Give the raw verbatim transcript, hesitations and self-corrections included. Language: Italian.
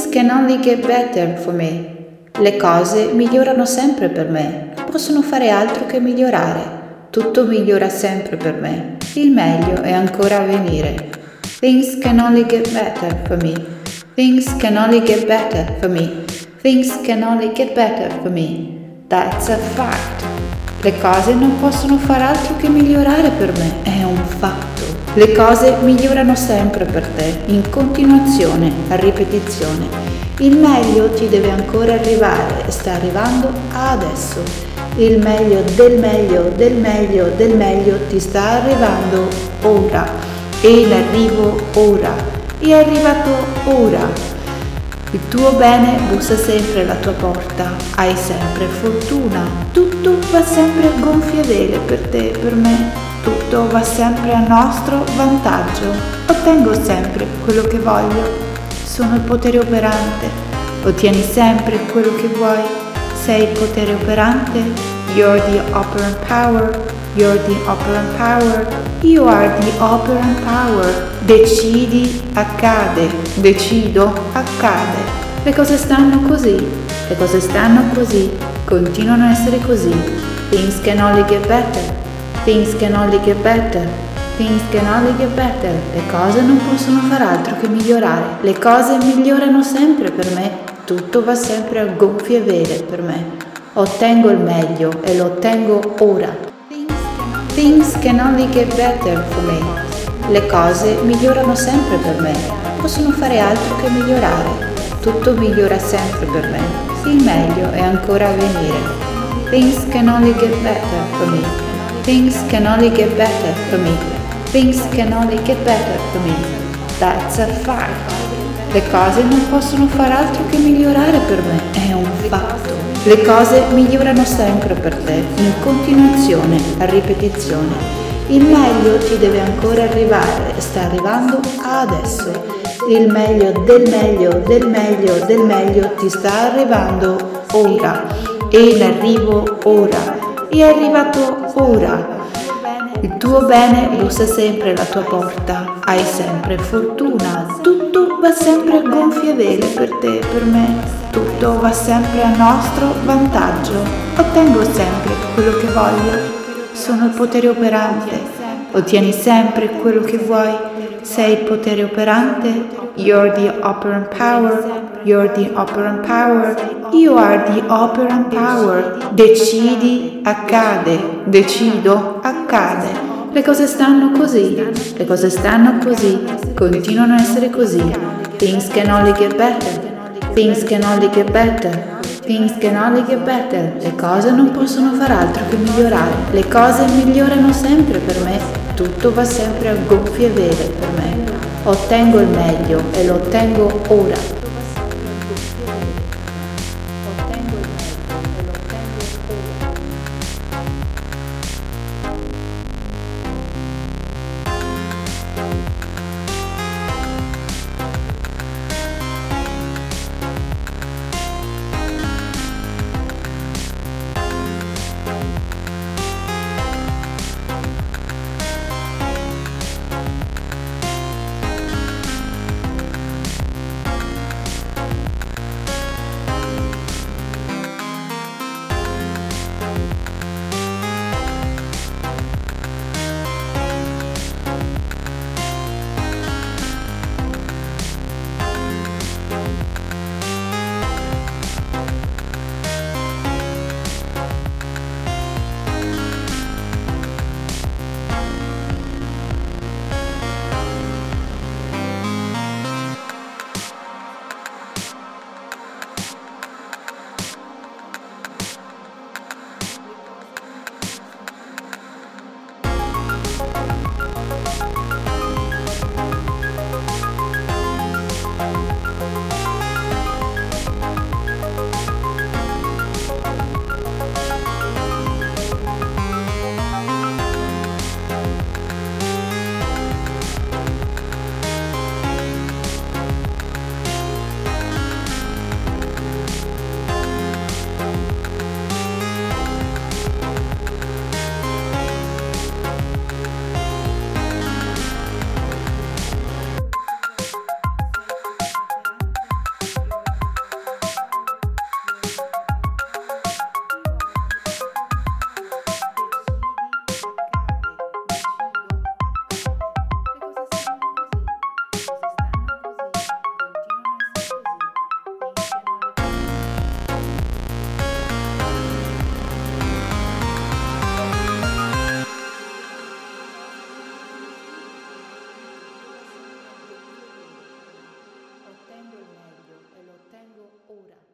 Things can only get better for me. Le cose migliorano sempre per me. Non possono fare altro che migliorare. Tutto migliora sempre per me. Il meglio è ancora a venire. Things can only get better for me. Things can only get better for me. Things can only get better for me. That's a fact. Le cose non possono fare altro che migliorare per me. È un fatto. Le cose migliorano sempre per te, in continuazione, a ripetizione. Il meglio ti deve ancora arrivare e sta arrivando adesso. Il meglio del meglio del meglio del meglio ti sta arrivando ora. È in arrivo ora. È arrivato ora. Il tuo bene bussa sempre alla tua porta. Hai sempre fortuna. Tutto va sempre a gonfie vele per te e per me. Tutto va sempre a nostro vantaggio. Ottengo sempre quello che voglio. Sono il potere operante. Ottieni sempre quello che vuoi. Sei il potere operante. You're the operant power. You're the operant power. You are the operant power. Decidi, accade. Decido, accade. Le cose stanno così. Le cose stanno così. Continuano a essere così. Things can only get better. Things can only get better. Things can only get better. Le cose non possono far altro che migliorare. Le cose migliorano sempre per me. Tutto va sempre a gonfie vele per me. Ottengo il meglio e lo ottengo ora. Things can only get better for me. Le cose migliorano sempre per me. Non possono fare altro che migliorare. Tutto migliora sempre per me. Il meglio è ancora a venire. Things can only get better for me. Things can only get better for me. Things can only get better for me. That's a fact. Le cose non possono far altro che migliorare per me. È un fatto. Le cose migliorano sempre per te, in continuazione, a ripetizione. Il meglio ti deve ancora arrivare e sta arrivando adesso. Il meglio del meglio del meglio del meglio ti sta arrivando ora. È in arrivo ora. È arrivato ora. Il tuo bene bussa sempre alla tua porta. Hai sempre fortuna. Tutto va sempre a gonfie vele per te e per me. Tutto va sempre a nostro vantaggio. Ottengo sempre quello che voglio. Sono il potere operante. Ottieni sempre quello che vuoi. Sei il potere operante. You're the operant power. You're the operant power. You are the operant power. Decidi, accade. Decido, accade. Le cose stanno così. Le cose stanno così. Continuano a essere così. Things can only get better. Things can only get better. Things can only get better. Le cose non possono far altro che migliorare. Le cose migliorano sempre per me. Tutto va sempre a gonfie vele per me. Ottengo il meglio e lo ottengo ora. ora.